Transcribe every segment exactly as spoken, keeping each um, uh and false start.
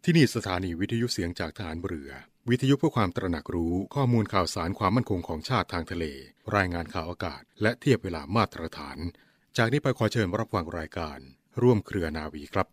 ที่นี่สถานีวิทยุเสียงจากทหารเรือวิทยุเพื่อความตระหนักรู้ข้อมูลข่าวสารความมั่นคงของชาติทางทะเลรายงานข่าวอากาศและเทียบเวลามาตรฐานจากนี้ไปขอเชิญรับฟังรายการร่วมเครือนาวีครับ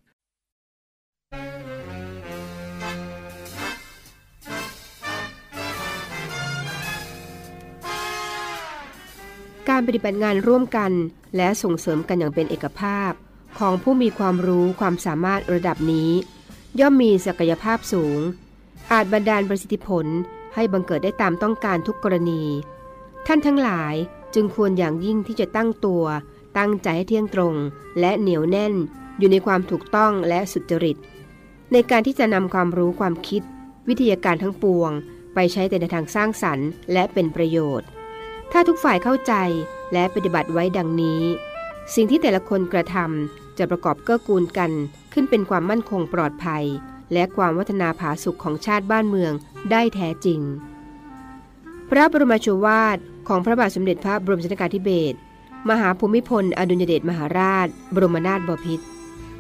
การปฏิบัติงานร่วมกันและส่งเสริมกันอย่างเป็นเอกภาพของผู้มีความรู้ความสามารถระดับนี้ย่อมมีศักยภาพสูงอาจบันดาลประสิทธิผลให้บังเกิดได้ตามต้องการทุกกรณีท่านทั้งหลายจึงควรอย่างยิ่งที่จะตั้งตัวตั้งใจให้เที่ยงตรงและเหนียวแน่นอยู่ในความถูกต้องและสุจริตในการที่จะนำความรู้ความคิดวิทยาการทั้งปวงไปใช้แต่ในทางสร้างสรรค์และเป็นประโยชน์ถ้าทุกฝ่ายเข้าใจและปฏิบัติไว้ดังนี้สิ่งที่แต่ละคนกระทำจะประกอบเกื้อกูลกันขึ้นเป็นความมั่นคงปลอดภัยและความวัฒนาผาสุกของชาติบ้านเมืองได้แท้จริงพระบรมโชวาทของพระบาทสมเด็จพระบรมชนกาธิเบศรมหาภูมิพลอดุลยเดชมหาราชบรมนาถบพิตร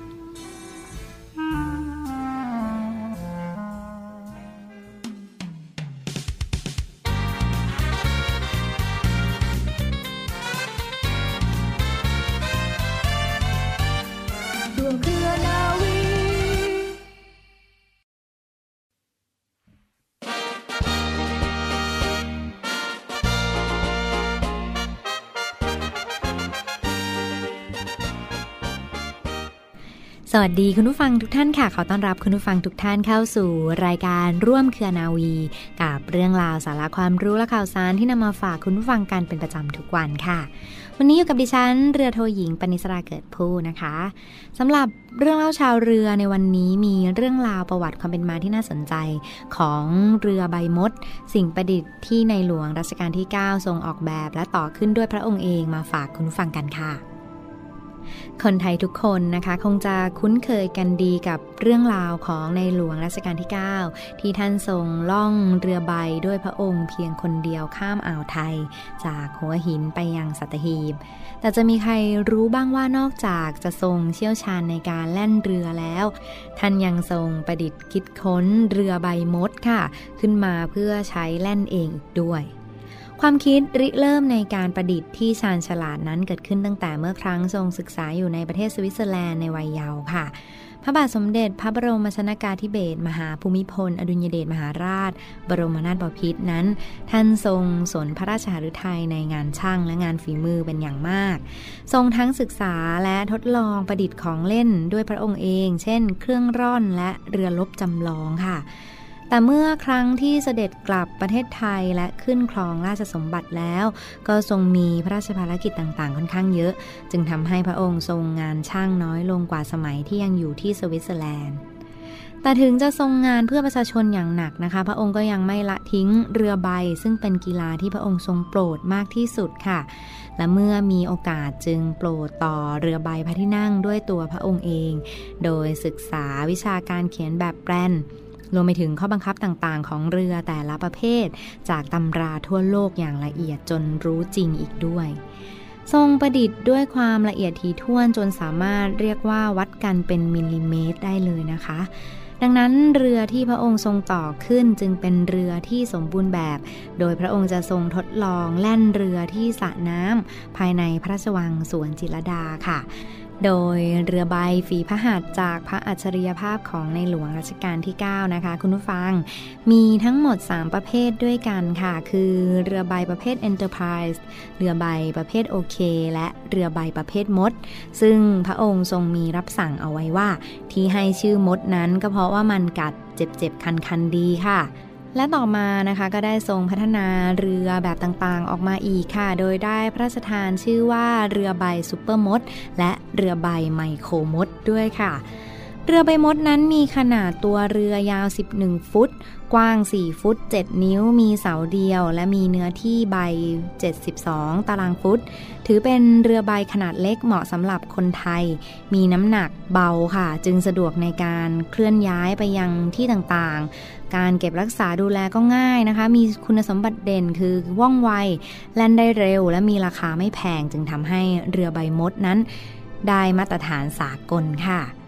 สวัสดีคุณผู้ฟังทุกท่านค่ะขอต้อนรับคุณผู้ฟังทุกท่านเข้าสู่รายการร่วมเครือนาวีกับเรื่องราวสาระความรู้และข่าวสารที่นำมาฝากคุณผู้ฟังกันเป็นประจำทุกวันค่ะวันนี้อยู่กับดิฉันเรือโทหญิงปณิสราเกิดผู้นะคะสำหรับเรื่องเล่าชาวเรือในวันนี้มีเรื่องราวประวัติความเป็นมาที่น่าสนใจของเรือใบมดสิ่งประดิษฐ์ที่ในหลวงรัชกาลที่เก้าทรงออกแบบและต่อขึ้นด้วยพระองค์เองมาฝากคุณผู้ฟังกันค่ะคนไทยทุกคนนะคะคงจะคุ้นเคยกันดีกับเรื่องราวของในหลวงรัชกาลที่เก้าที่ท่านทรงล่องเรือใบด้วยพระองค์เพียงคนเดียวข้ามอ่าวไทยจากหัวหินไปยังสัตหีบแต่จะมีใครรู้บ้างว่านอกจากจะทรงเชี่ยวชาญในการแล่นเรือแล้วท่านยังทรงประดิษฐ์คิดค้นเรือใบมดค่ะขึ้นมาเพื่อใช้แล่นเองอีกด้วยความคิดริเริ่มในการประดิษฐ์ที่ชาญฉลาดนั้นเกิดขึ้นตั้งแต่เมื่อครั้งทรงศึกษาอยู่ในประเทศสวิตเซอร์แลนด์ในวัยเยาว์ค่ะพระบาทสมเด็จพระบรมชนกาธิเบศรมหาภูมิพลอดุลยเดชมหาราชบรมนาถบพิตรนั้นท่านทรงสนพระราชฤทัยในงานช่างและงานฝีมือเป็นอย่างมากทรงทั้งศึกษาและทดลองประดิษฐ์ของเล่นด้วยพระองค์เองเช่นเครื่องร่อนและเรือรบจำลองค่ะแต่เมื่อครั้งที่เสด็จกลับประเทศไทยและขึ้นครองราชสมบัติแล้วก็ทรงมีพระราชภารกิจต่างๆค่อนข้างเยอะจึงทำให้พระองค์ทรงงานช่างน้อยลงกว่าสมัยที่ยังอยู่ที่สวิตเซอร์แลนด์แต่ถึงจะทรงงานเพื่อประชาชนอย่างหนักนะคะพระองค์ก็ยังไม่ละทิ้งเรือใบซึ่งเป็นกีฬาที่พระองค์ทรงโปรดมากที่สุดค่ะและเมื่อมีโอกาสจึงโปรดต่อเรือใบพระที่นั่งด้วยตัวพระองค์เองโดยศึกษาวิชาการเขียนแบบแปลนรวมไปถึงข้อบังคับต่างๆของเรือแต่ละประเภทจากตำราทั่วโลกอย่างละเอียดจนรู้จริงอีกด้วยทรงประดิษฐ์ด้วยความละเอียดถี่ถ้วนจนสามารถเรียกว่าวัดกันเป็นมิลลิเมตรได้เลยนะคะดังนั้นเรือที่พระองค์ทรงต่อขึ้นจึงเป็นเรือที่สมบูรณ์แบบโดยพระองค์จะทรงทดลองแล่นเรือที่สระน้ำภายในพระราชวังสวนจิตรลดาค่ะโดยเรือใบฝีพระหัตถ์จากพระอัจฉริยภาพของในหลวงรัชกาลที่เก้านะคะคุณผู้ฟังมีทั้งหมดสามประเภทด้วยกันค่ะคือเรือใบประเภท Enterprise เรือใบประเภทโอเคและเรือใบประเภทมดซึ่งพระองค์ทรงมีรับสั่งเอาไว้ว่าที่ให้ชื่อมดนั้นก็เพราะว่ามันกัดเจ็บๆคันๆดีค่ะและต่อมานะคะก็ได้ทรงพัฒนาเรือแบบต่างๆออกมาอีกค่ะโดยได้พระราชทานชื่อว่าเรือใบซุปเปอร์มดและเรือใบไมโครมดด้วยค่ะเรือใบมดนั้นมีขนาดตัวเรือยาวสิบเอ็ดฟุตกว้างสี่ฟุตเจ็ดนิ้วมีเสาเดียวและมีเนื้อที่ใบเจ็ดสิบสองตารางฟุตถือเป็นเรือใบขนาดเล็กเหมาะสำหรับคนไทยมีน้ำหนักเบาค่ะจึงสะดวกในการเคลื่อนย้ายไปยังที่ต่างๆการเก็บรักษาดูแลก็ง่ายนะคะมีคุณสมบัติเด่นคือว่องไวแล่นได้เร็วและมีราคาไม่แพงจึงทำให้เรือใบมดนั้นได้มาตรฐานสากลค่ะ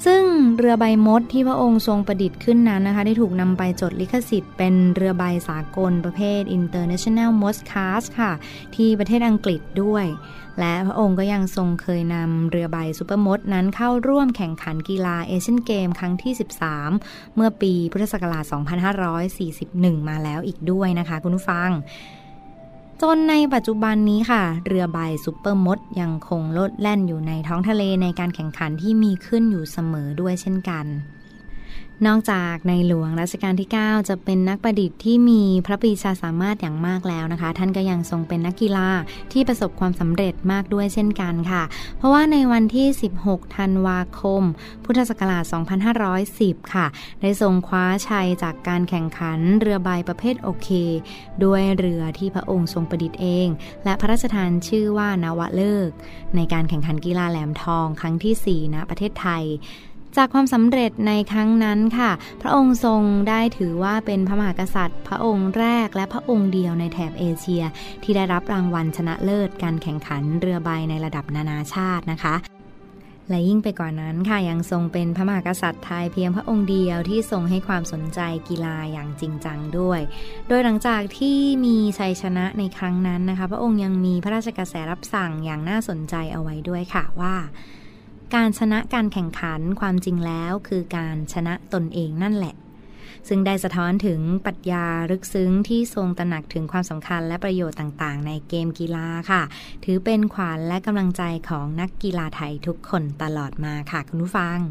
ซึ่งเรือใบมดที่พระองค์ทรงประดิษฐ์ขึ้นนั้นนะคะได้ถูกนำไปจดลิขสิทธิ์เป็นเรือใบสากลประเภท International Most Class ค่ะที่ประเทศอังกฤษด้วยและพระองค์ก็ยังทรงเคยนำเรือใบซูเปอร์มดนั้นเข้าร่วมแข่งขันกีฬาเอเชียนเกมครั้งที่สิบสามเมื่อปีพุทธศักราชสองพันห้าร้อยสี่สิบเอ็ดมาแล้วอีกด้วยนะคะคุณผู้ฟังจนในปัจจุบันนี้ค่ะเรือใบซูเปอร์มดยังคงโลดแล่นอยู่ในท้องทะเลในการแข่งขันที่มีขึ้นอยู่เสมอด้วยเช่นกันนอกจากในหลวงรัชกาลที่เก้าจะเป็นนักประดิษฐ์ที่มีพระปรีชาสามารถอย่างมากแล้วนะคะท่านก็ยังทรงเป็นนักกีฬาที่ประสบความสำเร็จมากด้วยเช่นกันค่ะเพราะว่าในวันที่สิบหกธันวาคมพุทธศักราชสองพันห้าร้อยสิบค่ะได้ทรงคว้าชัยจากการแข่งขันเรือใบประเภทโอเคด้วยเรือที่พระองค์ทรงประดิษฐ์เองและพระราชทานชื่อว่านวฤกษ์ในการแข่งขันกีฬาแหลมทองครั้งที่สี่ณประเทศไทยจากความสำเร็จในครั้งนั้นค่ะพระองค์ทรงได้ถือว่าเป็นพระมหากษัตริย์พระองค์แรกและพระองค์เดียวในแถบเอเชียที่ได้รับรางวัลชนะเลิศการแข่งขันเรือใบในระดับนานาชาตินะคะและยิ่งไปกว่านั้นค่ะยังทรงเป็นพระมหากษัตริย์ไทยเพียงพระองค์เดียวที่ทรงให้ความสนใจกีฬาอย่างจริงจังด้วยโดยหลังจากที่มีชัยชนะในครั้งนั้นนะคะพระองค์ยังมีพระราชกระแสรับสั่งอย่างน่าสนใจเอาไว้ด้วยค่ะว่าการชนะการแข่งขันความจริงแล้วคือการชนะตนเองนั่นแหละซึ่งได้สะท้อนถึงปรัชญาลึกซึ้งที่ทรงตระหนักถึงความสำคัญและประโยชน์ต่างๆในเกมกีฬาค่ะถือเป็นขวัญและกำลังใจของนักกีฬาไทยทุกคนตลอดมาค่ะคุณผู้ฟัง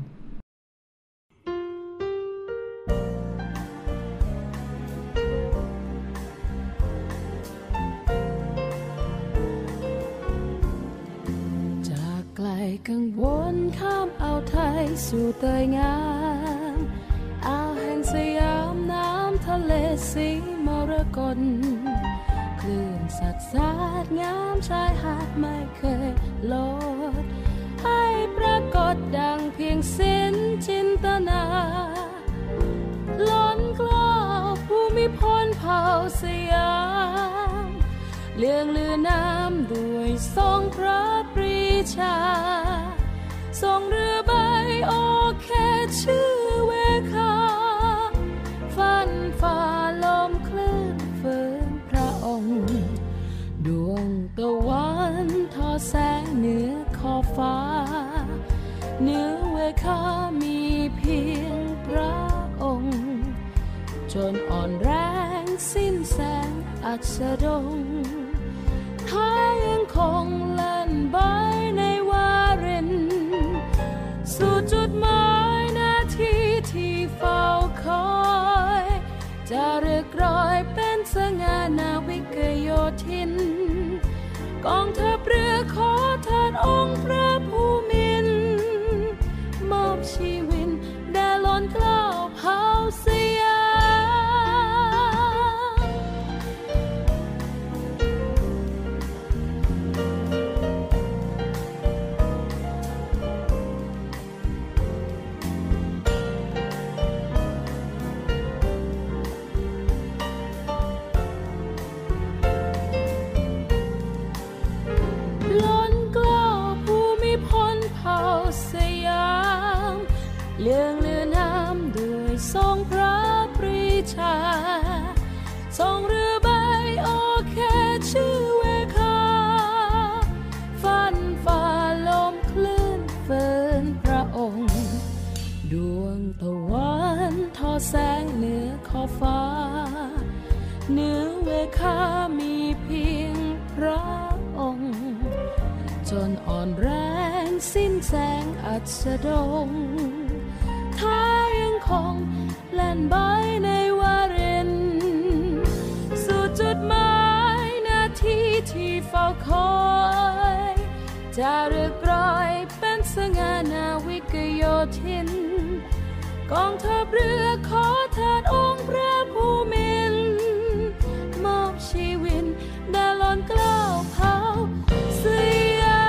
กังวลข้ามอ่าวไทยสู่เตยงามอ่าวแห่งสยามน้ำทะเลสีมรกตคลื่นสัดสาดงามชายหาดไม่เคยลดให้ปรากฏดังเพียงสิ้นจินตนาล้นกล้าวภูมิพลเผ่าสยามเลื่องลือน้ำด้วยทรงพระปรีชาทรงเรือใบโอเคชื่อเวคาฟันฝ่าลมคลื่นฝืนพระองค์ดวงตะวันทอแสงเหนือขอบฟ้าเหนือเวคามีเพียงพระองค์จนอ่อนแรงสิ้นแสงอัสดงท้ายยังคงเล่นใบในวารินสู่จุดหมายนาทีที่เฝ้าคอยจะเรียกรอยเป็นสง่านาวิกโยธินกองทัพเรือขอทานองค์พระภูมินทร์มอบชีวิตแด่ล้นเกล้าเผ่าสยามเลื่องลือน้ำด้วยทรงพระปรีชาทรงเรือใบโอเคชื่อเวคาฟันฝ่าลมคลื่นฝืนพระองค์ดวงตะวันทอแสงเหนือขอบฟ้าเหนือเวคามีเพียงพระองค์จนอ่อนแรงสิ้นแสงอัสดงท้ายยังคงเล่นใบในวารินสู่จุดหมายนาทีที่เฝ้าคอยจะเรียกรอยเป็นสง่านาวิกโยธินกองทัพเรือขอทานองค์พระภูมินทร์มอบชีวิตแด่ล้นเกล้าเผ่าสยาม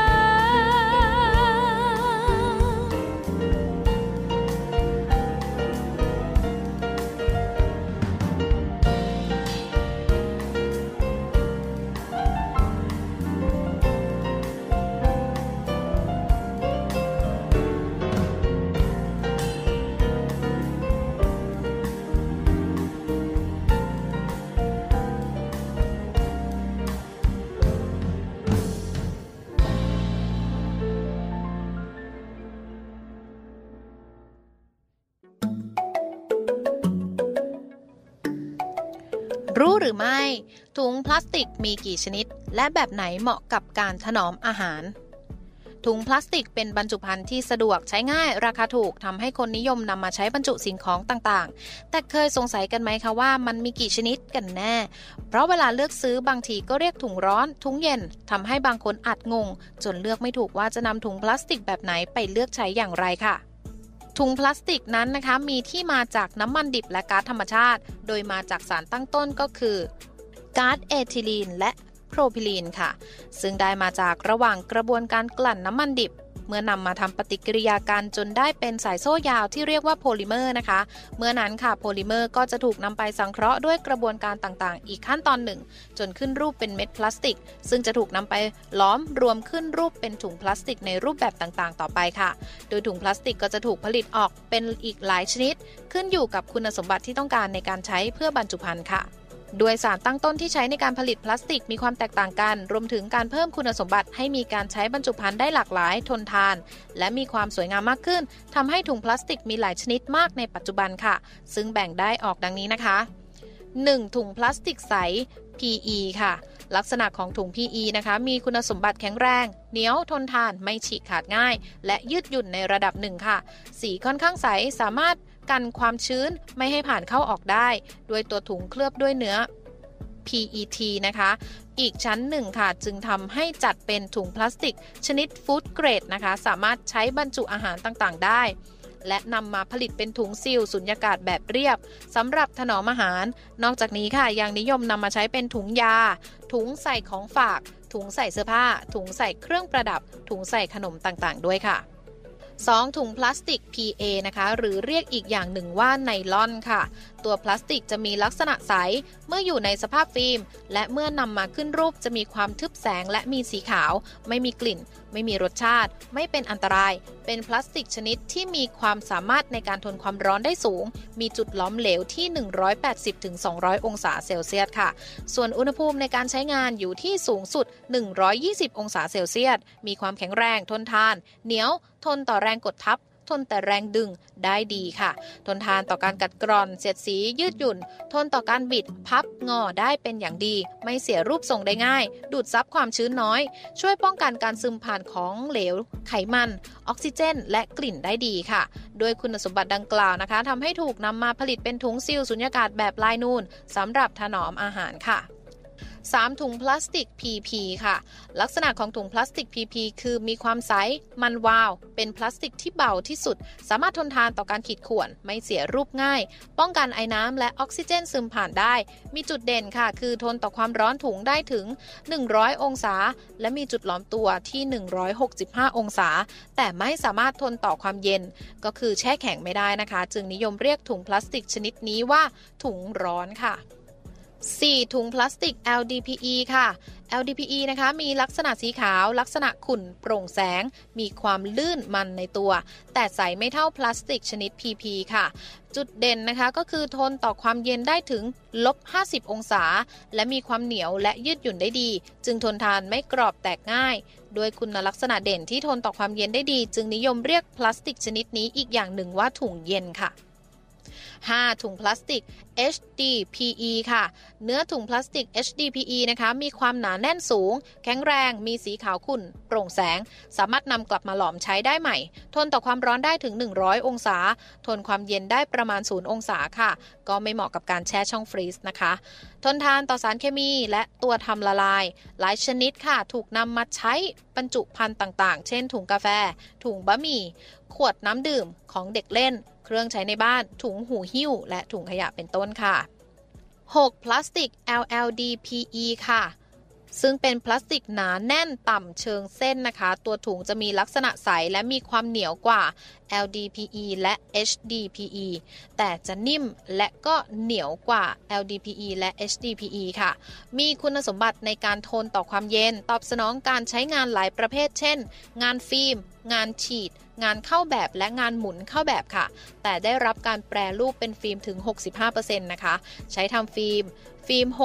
รู้หรือไม่ถุงพลาสติกมีกี่ชนิดและแบบไหนเหมาะกับการถนอมอาหารถุงพลาสติกเป็นบรรจุภัณฑ์ที่สะดวกใช้ง่ายราคาถูกทำให้คนนิยมนำมาใช้บรรจุสิ่งของต่างๆแต่เคยสงสัยกันไหมคะว่ามันมีกี่ชนิดกันแน่เพราะเวลาเลือกซื้อบางทีก็เรียกถุงร้อนถุงเย็นทำให้บางคนอาจงงจนเลือกไม่ถูกว่าจะนำถุงพลาสติกแบบไหนไปเลือกใช้อย่างไรค่ะถุงพลาสติกนั้นนะคะมีที่มาจากน้ำมันดิบและก๊าซธรรมชาติโดยมาจากสารตั้งต้นก็คือก๊าซเอทิลีนและโพรพิลีนค่ะซึ่งได้มาจากระหว่างกระบวนการกลั่นน้ำมันดิบเมื่อนำมาทำปฏิกิริยากันจนได้เป็นสายโซ่ยาวที่เรียกว่าโพลิเมอร์นะคะเมื่อนั้นค่ะโพลิเมอร์ก็จะถูกนำไปสังเคราะห์ด้วยกระบวนการต่างๆอีกขั้นตอนหนึ่งจนขึ้นรูปเป็นเม็ดพลาสติกซึ่งจะถูกนำไปล้อมรวมขึ้นรูปเป็นถุงพลาสติกในรูปแบบต่างๆต่อไปค่ะโดยถุงพลาสติกก็จะถูกผลิตออกเป็นอีกหลายชนิดขึ้นอยู่กับคุณสมบัติที่ต้องการในการใช้เพื่อบรรจุภัณฑ์ค่ะด้วยสารตั้งต้นที่ใช้ในการผลิตพลาสติกมีความแตกต่างกันรวมถึงการเพิ่มคุณสมบัติให้มีการใช้บรรจุภัณฑ์ได้หลากหลายทนทานและมีความสวยงามมากขึ้นทำให้ถุงพลาสติกมีหลายชนิดมากในปัจจุบันค่ะซึ่งแบ่งได้ออกดังนี้นะคะหนึ่งถุงพลาสติกใส พี อี ค่ะลักษณะของถุง พี อี นะคะมีคุณสมบัติแข็งแรงเหนียวทนทานไม่ฉีกขาดง่ายและยืดหยุ่นในระดับหนึ่งค่ะสีค่อนข้างใสสามารถกันความชื้นไม่ให้ผ่านเข้าออกได้ด้วยตัวถุงเคลือบด้วยเนื้อ พี อี ที นะคะอีกชั้นหนึ่งค่ะจึงทำให้จัดเป็นถุงพลาสติกชนิดฟู้ดเกรดนะคะสามารถใช้บรรจุอาหารต่างๆได้และนำมาผลิตเป็นถุงซีลสุญญากาศแบบเรียบสำหรับถนอมอาหารนอกจากนี้ค่ะยังนิยมนำมาใช้เป็นถุงยาถุงใส่ของฝากถุงใส่เสื้อผ้าถุงใส่เครื่องประดับถุงใส่ขนมต่างๆด้วยค่ะสองถุงพลาสติก พี เอ นะคะหรือเรียกอีกอย่างหนึ่งว่าไนลอนค่ะตัวพลาสติกจะมีลักษณะใสเมื่ออยู่ในสภาพฟิล์มและเมื่อนำมาขึ้นรูปจะมีความทึบแสงและมีสีขาวไม่มีกลิ่นไม่มีรสชาติไม่เป็นอันตรายเป็นพลาสติกชนิดที่มีความสามารถในการทนความร้อนได้สูงมีจุดล้อมเหลวที่ หนึ่งร้อยแปดสิบถึงสองร้อย องศาเซลเซียสค่ะส่วนอุณหภูมิในการใช้งานอยู่ที่สูงสุดหนึ่งร้อยยี่สิบองศาเซลเซียสมีความแข็งแรงทนทานเหนียวทนต่อแรงกดทับทนแต่แรงดึงได้ดีค่ะทนทานต่อการกัดกร่อนเสียดสียืดหยุ่นทนต่อการบิดพับงอได้เป็นอย่างดีไม่เสียรูปทรงได้ง่ายดูดซับความชื้นน้อยช่วยป้องกันการซึมผ่านของเหลวไขมันออกซิเจนและกลิ่นได้ดีค่ะด้วยคุณสมบัติดังกล่าวนะคะทำให้ถูกนำมาผลิตเป็นถุงซีลสุญญากาศแบบลายนูนสำหรับถนอมอาหารค่ะสามถุงพลาสติก พี พี ค่ะลักษณะของถุงพลาสติก พี พี คือมีความใสมันวาวเป็นพลาสติกที่เบาที่สุดสามารถทนทานต่อการขีดข่วนไม่เสียรูปง่ายป้องกันไอน้ำและออกซิเจนซึมผ่านได้มีจุดเด่นค่ะคือทนต่อความร้อนถุงได้ถึงหนึ่งร้อยองศาและมีจุดหลอมตัวที่หนึ่งร้อยหกสิบห้าองศาแต่ไม่สามารถทนต่อความเย็นก็คือแช่แข็งไม่ได้นะคะจึงนิยมเรียกถุงพลาสติกชนิดนี้ว่าถุงร้อนค่ะสี่ถุงพลาสติก แอล ดี พี อี ค่ะ แอล ดี พี อี นะคะมีลักษณะสีขาวลักษณะขุ่นโปร่งแสงมีความลื่นมันในตัวแต่ใสไม่เท่าพลาสติกชนิด พี พี ค่ะจุดเด่นนะคะก็คือทนต่อความเย็นได้ถึงลบห้าสิบองศาและมีความเหนียวและยืดหยุ่นได้ดีจึงทนทานไม่กรอบแตกง่ายโดยคุณลักษณะเด่นที่ทนต่อความเย็นได้ดีจึงนิยมเรียกพลาสติกชนิดนี้อีกอย่างหนึ่งว่าถุงเย็นค่ะห้าถุงพลาสติก เอช ดี พี อี ค่ะเนื้อถุงพลาสติก เอช ดี พี อี นะคะมีความหนาแน่นสูงแข็งแรงมีสีขาวขุ่นโปร่งแสงสามารถนำกลับมาหลอมใช้ได้ใหม่ทนต่อความร้อนได้ถึงหนึ่งร้อยองศาทนความเย็นได้ประมาณศูนย์องศาค่ะก็ไม่เหมาะกับการแช่ช่องฟรีซนะคะทนทานต่อสารเคมีและตัวทำละลายหลายชนิดค่ะถูกนำมาใช้บรรจุภัณฑ์ต่างๆเช่นถุงกาแฟถุงบะหมี่ขวดน้ำดื่มของเด็กเล่นเครื่องใช้ในบ้านถุงหูหิ้วและถุงขยะเป็นต้นค่ะหกพลาสติก แอล แอล ดี พี อี ค่ะซึ่งเป็นพลาสติกหนาแน่นต่ำเชิงเส้นนะคะตัวถุงจะมีลักษณะใสและมีความเหนียวกว่า แอล ดี พี อี และ เอช ดี พี อี แต่จะนิ่มและก็เหนียวกว่า แอล ดี พี อี และ เอช ดี พี อี ค่ะมีคุณสมบัติในการทนต่อความเย็นตอบสนองการใช้งานหลายประเภทเช่นงานฟิล์มงานฉีดงานเข้าแบบและงานหมุนเข้าแบบค่ะแต่ได้รับการแปรรูปเป็นฟิล์มถึง หกสิบห้าเปอร์เซ็นต์ นะคะใช้ทำฟิล์มฟิล์มหด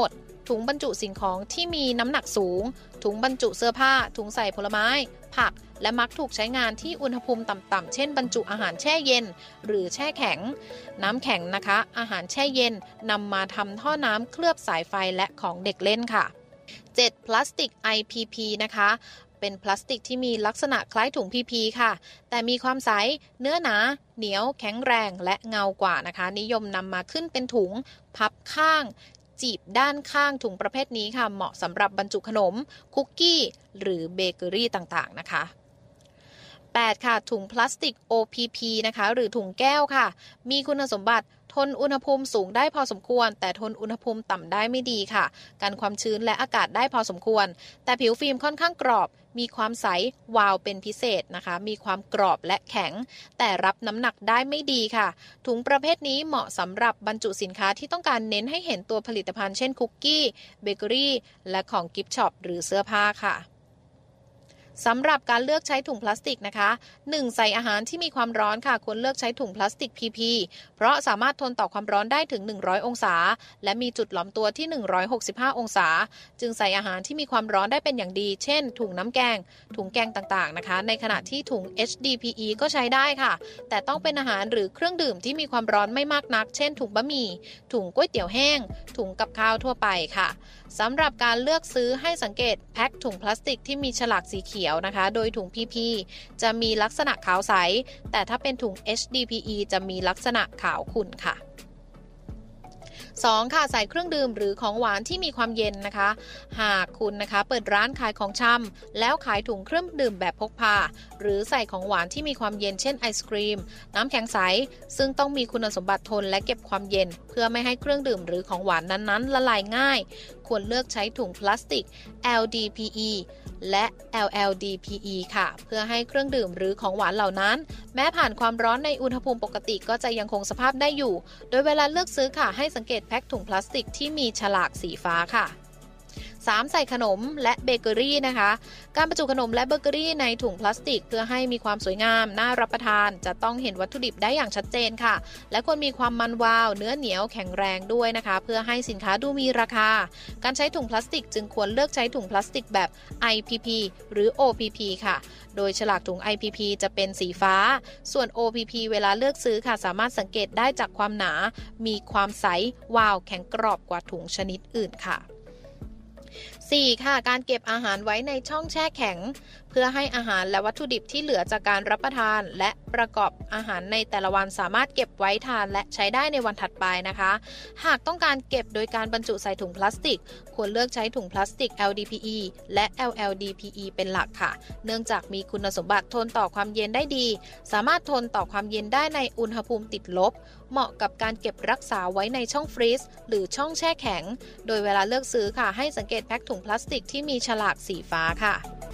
ถุงบรรจุสิ่งของที่มีน้ำหนักสูงถุงบรรจุเสื้อผ้าถุงใส่ผลไม้ผักและมักถูกใช้งานที่อุณหภูมิต่ำๆเช่นบรรจุอาหารแช่เย็นหรือแช่แข็งน้ำแข็งนะคะอาหารแช่เย็นนำมาทำท่อน้ำเคลือบสายไฟและของเด็กเล่นค่ะเจ็ดพลาสติก ไอ พี พี นะคะเป็นพลาสติกที่มีลักษณะคล้ายถุง พี พี ค่ะแต่มีความใสเนื้อหนาเหนียวแข็งแรงและเงากว่านะคะนิยมนำมาขึ้นเป็นถุงพับข้างจีบด้านข้างถุงประเภทนี้ค่ะเหมาะสำหรับบรรจุขนมคุกกี้หรือเบเกอรี่ต่างๆนะคะแปดค่ะถุงพลาสติก โอ พี พี นะคะหรือถุงแก้วค่ะมีคุณสมบัติทนอุณหภูมิสูงได้พอสมควรแต่ทนอุณหภูมิต่ำได้ไม่ดีค่ะกันความชื้นและอากาศได้พอสมควรแต่ผิวฟิล์มค่อนข้างกรอบมีความใสวาวเป็นพิเศษนะคะมีความกรอบและแข็งแต่รับน้ำหนักได้ไม่ดีค่ะถุงประเภทนี้เหมาะสำหรับบรรจุสินค้าที่ต้องการเน้นให้เห็นตัวผลิตภัณฑ์เช่นคุกกี้เบเกอรี่และของกิฟต์ช็อปหรือเสื้อผ้าค่ะสำหรับการเลือกใช้ถุงพลาสติกนะคะหนึ่งใส่อาหารที่มีความร้อนค่ะควรเลือกใช้ถุงพลาสติก พี พี เพราะสามารถทนต่อความร้อนได้ถึงหนึ่งร้อยองศาและมีจุดหลอมตัวที่หนึ่งร้อยหกสิบห้าองศาจึงใส่อาหารที่มีความร้อนได้เป็นอย่างดีเช่นถุงน้ำแกงถุงแกงต่างๆนะคะในขณะที่ถุง เอช ดี พี อี ก็ใช้ได้ค่ะแต่ต้องเป็นอาหารหรือเครื่องดื่มที่มีความร้อนไม่มากนักเช่นถุงบะหมี่ถุงก๋วยเตี๋ยวแห้งถุงกับข้าวทั่วไปค่ะสำหรับการเลือกซื้อให้สังเกตแพ็คถุงพลาสติกที่มีฉลากสีเขียวนะคะโดยถุง พี พี จะมีลักษณะขาวใสแต่ถ้าเป็นถุง เอช ดี พี อี จะมีลักษณะขาวขุ่นค่ะสองค่ะใส่เครื่องดื่มหรือของหวานที่มีความเย็นนะคะหากคุณนะคะเปิดร้านขายของชำแล้วขายถุงเครื่องดื่มแบบพกพาหรือใส่ของหวานที่มีความเย็นเช่นไอศกรีมน้ำแข็งใสซึ่งต้องมีคุณสมบัติทนและเก็บความเย็นเพื่อไม่ให้เครื่องดื่มหรือของหวานนั้นๆละลายง่ายควรเลือกใช้ถุงพลาสติก แอล ดี พี อี และ แอล แอล ดี พี อี ค่ะเพื่อให้เครื่องดื่มหรือของหวานเหล่านั้นแม้ผ่านความร้อนในอุณหภูมิปกติก็จะยังคงสภาพได้อยู่โดยเวลาเลือกซื้อค่ะให้สังเกตแพ็คถุงพลาสติกที่มีฉลากสีฟ้าค่ะสามใส่ขนมและเบเกอรี่นะคะการบรรจุขนมและเบเกอรี่ในถุงพลาสติกเพื่อให้มีความสวยงามน่ารับประทานจะต้องเห็นวัตถุดิบได้อย่างชัดเจนค่ะและควรมีความมันวาวเนื้อเหนียวแข็งแรงด้วยนะคะเพื่อให้สินค้าดูมีราคาการใช้ถุงพลาสติกจึงควรเลือกใช้ถุงพลาสติกแบบ ไอ พี พี หรือ โอ พี พี ค่ะโดยฉลากถุง ไอ พี พี จะเป็นสีฟ้าส่วน โอ พี พี เวลาเลือกซื้อค่ะสามารถสังเกตได้จากความหนามีความใสวาวแข็งกรอบกว่าถุงชนิดอื่นค่ะสี่ค่ะการเก็บอาหารไว้ในช่องแช่แข็งเพื่อให้อาหารและวัตถุดิบที่เหลือจากการรับประทานและประกอบอาหารในแต่ละวันสามารถเก็บไว้ทานและใช้ได้ในวันถัดไปนะคะหากต้องการเก็บโดยการบรรจุใส่ถุงพลาสติกควรเลือกใช้ถุงพลาสติก แอล ดี พี อี และ แอล แอล ดี พี อี เป็นหลักค่ะเนื่องจากมีคุณสมบัติทนต่อความเย็นได้ดีสามารถทนต่อความเย็นได้ในอุณหภูมิติดลบเหมาะกับการเก็บรักษาไว้ในช่องฟรีซหรือช่องแช่แข็งโดยเวลาเลือกซื้อค่ะให้สังเกตแพ็คถุงพลาสติกที่มีฉลากสีฟ้าค่ะ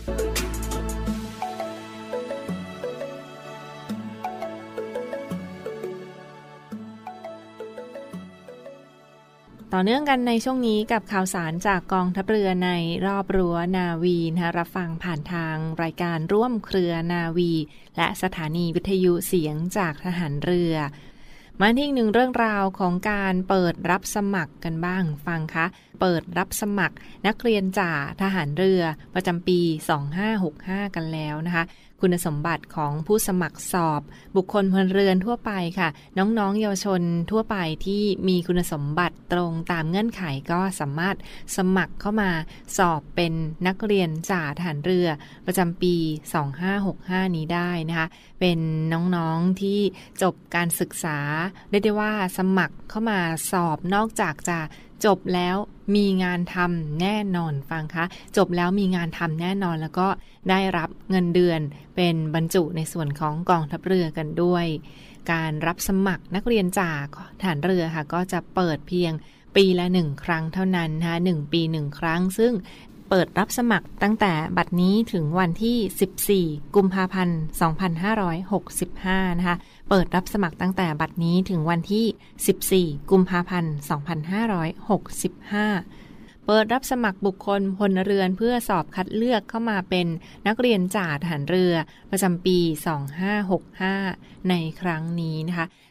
ต่อเนื่องกันในช่วงนี้กับข่าวสารจากกองทัพเรือในรอบรั้วนาวีนะคะรับฟังผ่านทางรายการร่วมเครือนาวีและสถานีวิทยุเสียงจากทหารเรือมาที่อีกหนึ่งเรื่องราวของการเปิดรับสมัครกันบ้างฟังคะเปิดรับสมัครนักเรียนจ่าทหารเรือประจำปีสองพันห้าร้อยหกสิบห้ากันแล้วนะคะคุณสมบัติของผู้สมัครสอบบุคคลพลเรือนทั่วไปค่ะน้องๆเยาวชนทั่วไปที่มีคุณสมบัติตรงตามเงื่อนไขก็สามารถสมัครเข้ามาสอบเป็นนักเรียนจ่าทหารเรือประจำปีสองพันห้าร้อยหกสิบห้านี้ได้นะคะเป็นน้องๆที่จบการศึกษาเรียกได้ว่าสมัครเข้ามาสอบนอกจากจะจบแล้วมีงานทำแน่นอนฟังคะจบแล้วมีงานทำแน่นอนแล้วก็ได้รับเงินเดือนเป็นบรรจุในส่วนของกองทัพเรือกันด้วยการรับสมัครนักเรียนจากทหารเรือค่ะก็จะเปิดเพียงปีละหนึ่งครั้งเท่านั้นนะคะหนึ่งปีหนึ่งครั้งซึ่งเปิดรับสมัครตั้งแต่บัดนี้ถึงวันที่สิบสี่กุมภาพันธ์สองพันห้าร้อยหกสิบห้านะคะเปิดรับสมัครตั้งแต่บัดนี้ถึงวันที่สิบสี่กุมภาพันธ์สองพันห้าร้อยหกสิบห้าเปิดรับสมัครบุคคลพลเรือนเพื่อสอบคัดเลือกเข้ามาเป็นนักเรียนจ่าทหารเรือประจำปีสองพันห้าร้อยหกสิบห้าในครั้งนี้นะคะ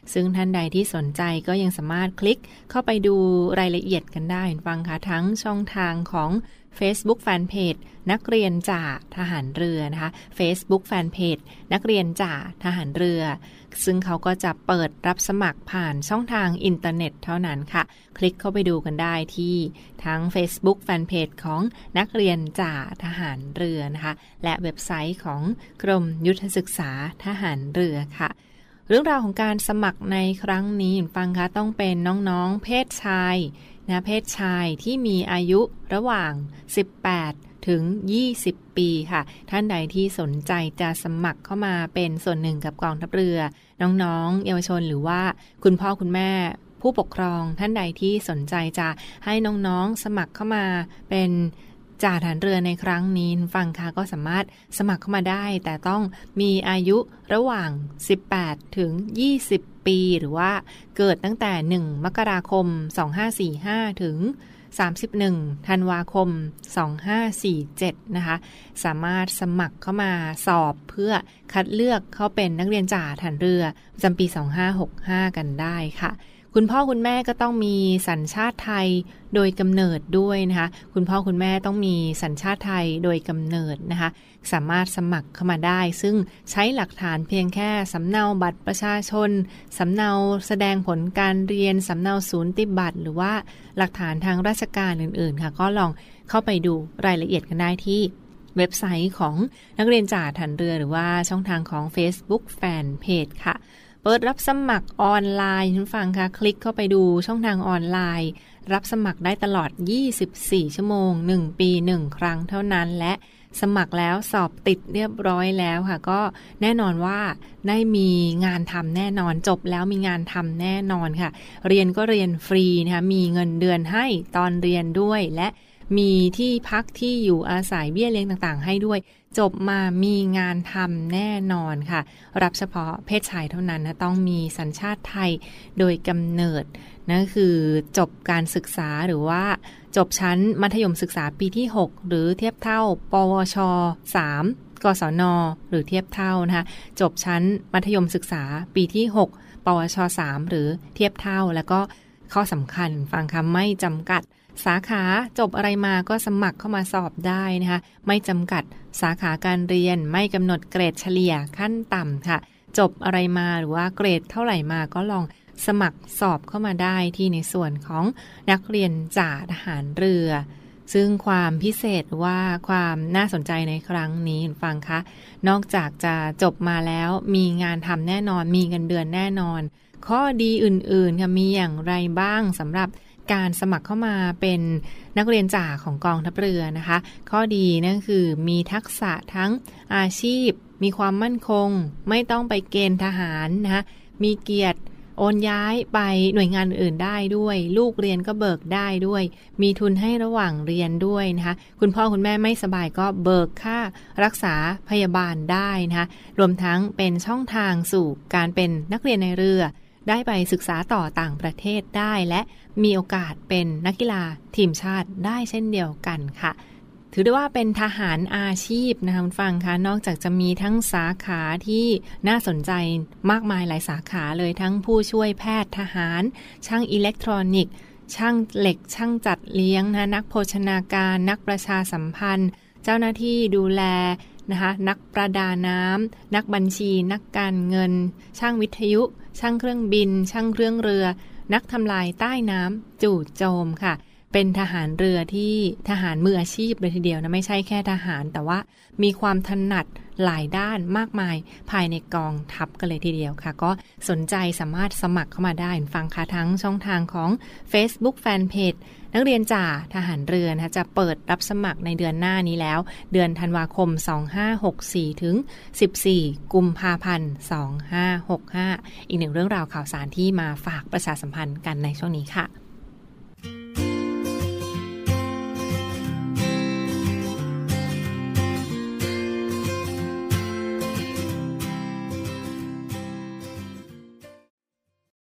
ซึ่งท่านใดที่สนใจก็ยังสามารถคลิกเข้าไปดูรายละเอียดกันได้ฟังค่ะทั้งช่องทางของ Facebook Fanpage นักเรียนจ่าทหารเรือนะคะ Facebook Fanpage นักเรียนจ่าทหารเรือซึ่งเขาก็จะเปิดรับสมัครผ่านช่องทางอินเทอร์เน็ตเท่านั้นค่ะคลิกเข้าไปดูกันได้ที่ทั้ง Facebook Fanpage ของนักเรียนจ่าทหารเรือนะคะและเว็บไซต์ของกรมยุทธศึกษาทหารเรือค่ะเรื่องราวของการสมัครในครั้งนี้ฟังคะต้องเป็นน้องๆเพศชายนะเพศชายที่มีอายุระหว่างสิบแปดถึงยี่สิบปีค่ะท่านใดที่สนใจจะสมัครเข้ามาเป็นส่วนหนึ่งกับกองทัพเรือน้องๆเยาวชนหรือว่าคุณพ่อคุณแม่ผู้ปกครองท่านใดที่สนใจจะให้น้องๆสมัครเข้ามาเป็นจ่าทหารเรือในครั้งนี้ฟังค่ะก็สามารถสมัครเข้ามาได้แต่ต้องมีอายุระหว่างสิบแปดถึงยี่สิบปีหรือว่าเกิดตั้งแต่หนึ่งมกราคมสองพันห้าร้อยสี่สิบห้าถึงสามสิบเอ็ดธันวาคมสองพันห้าร้อยสี่สิบเจ็ดนะคะสามารถสมัครเข้ามาสอบเพื่อคัดเลือกเข้าเป็นนักเรียนจ่าทหารเรือประจำปีสองพันห้าร้อยหกสิบห้ากันได้ค่ะคุณพ่อคุณแม่ก็ต้องมีสัญชาติไทยโดยกำเนิดด้วยนะคะคุณพ่อคุณแม่ต้องมีสัญชาติไทยโดยกำเนิดนะคะสามารถสมัครเข้ามาได้ซึ่งใช้หลักฐานเพียงแค่สำเนาบัตรประชาชนสำเนาแสดงผลการเรียนสำเนาสูติบัตรหรือว่าหลักฐานทางราชการอื่นๆค่ะก็ลองเข้าไปดูรายละเอียดกันได้ที่เว็บไซต์ของนักเรียนจ่าทหารเรือหรือว่าช่องทางของ Facebook Fanpage ค่ะเปิดรับสมัครออนไลน์คุณฟังค่ะคลิกเข้าไปดูช่องทางออนไลน์รับสมัครได้ตลอดยี่สิบสี่ชั่วโมงหนึ่งปีหนึ่งครั้งเท่านั้นและสมัครแล้วสอบติดเรียบร้อยแล้วค่ะก็แน่นอนว่าได้มีงานทำแน่นอนจบแล้วมีงานทำแน่นอนค่ะเรียนก็เรียนฟรีนะคะมีเงินเดือนให้ตอนเรียนด้วยและมีที่พักที่อยู่อาศัยเบี้ยเลี้ยงต่างๆให้ด้วยจบมามีงานทำแน่นอนค่ะรับเฉพาะเพศชายเท่านั้นนะต้องมีสัญชาติไทยโดยกำเนิดนั่นคือจบการศึกษาหรือว่าจบชั้นมัธยมศึกษาปีที่หกหรือเทียบเท่าปวชสามกศนหรือเทียบเท่านะคะจบชั้นมัธยมศึกษาปีที่หกปวชสามหรือเทียบเท่าแล้วก็ข้อสำคัญฟังคำไม่จำกัดสาขาจบอะไรมาก็สมัครเข้ามาสอบได้นะคะไม่จำกัดสาขาการเรียนไม่กำหนดเกรดเฉลี่ยขั้นต่ำค่ะจบอะไรมาหรือว่าเกรดเท่าไหร่มาก็ลองสมัครสอบเข้ามาได้ที่ในส่วนของนักเรียนจ่าทหารเรือซึ่งความพิเศษว่าความน่าสนใจในครั้งนี้ฟังคะนอกจากจะจบมาแล้วมีงานทำแน่นอนมีเงินเดือนแน่นอนข้อดีอื่นๆค่ะมีอย่างไรบ้างสำหรับการสมัครเข้ามาเป็นนักเรียนจ่าของกองทัพเรือนะคะข้อดีนั่นคือมีทักษะทั้งอาชีพมีความมั่นคงไม่ต้องไปเกณฑ์ทหารนะคะมีเกียรติโอนย้ายไปหน่วยงานอื่นได้ด้วยลูกเรียนก็เบิกได้ด้วยมีทุนให้ระหว่างเรียนด้วยนะคะคุณพ่อคุณแม่ไม่สบายก็เบิกค่ารักษาพยาบาลได้นะคะรวมทั้งเป็นช่องทางสู่การเป็นนักเรียนในเรือได้ไปศึกษาต่อต่างประเทศได้และมีโอกาสเป็นนักกีฬาทีมชาติได้เช่นเดียวกันค่ะถือได้ว่าเป็นทหารอาชีพนะคะคุณฟังคะนอกจากจะมีทั้งสาขาที่น่าสนใจมากมายหลายสาขาเลยทั้งผู้ช่วยแพทย์ทหารช่างอิเล็กทรอนิกส์ช่างเหล็กช่างจัดเลี้ยงนะนักโภชนาการนักประชาสัมพันธ์เจ้าหน้าที่ดูแลนะคะนักประดาน้ำนักบัญชีนักการเงินช่างวิทยุช่างเครื่องบินช่างเครื่องเรือนักทำลายใต้น้ำจู่โจมค่ะเป็นทหารเรือที่ทหารมืออาชีพเลยทีเดียวนะไม่ใช่แค่ทหารแต่ว่ามีความถนัดหลายด้านมากมายภายในกองทัพกันเลยทีเดียวค่ะก็สนใจสามารถสมัครเข้ามาได้ฟังค่ะทั้งช่องทางของ Facebook Fanpage นักเรียนจ่าทหารเรือนะจะเปิดรับสมัครในเดือนหน้านี้แล้วเดือนธันวาคมสองพันห้าร้อยหกสิบสี่ถึงสิบสี่กุมภาพันธ์สองพันห้าร้อยหกสิบห้าอีกหนึ่งเรื่องราวข่าวสารที่มาฝากประชาสัมพันธ์กันในช่วงนี้ค่ะ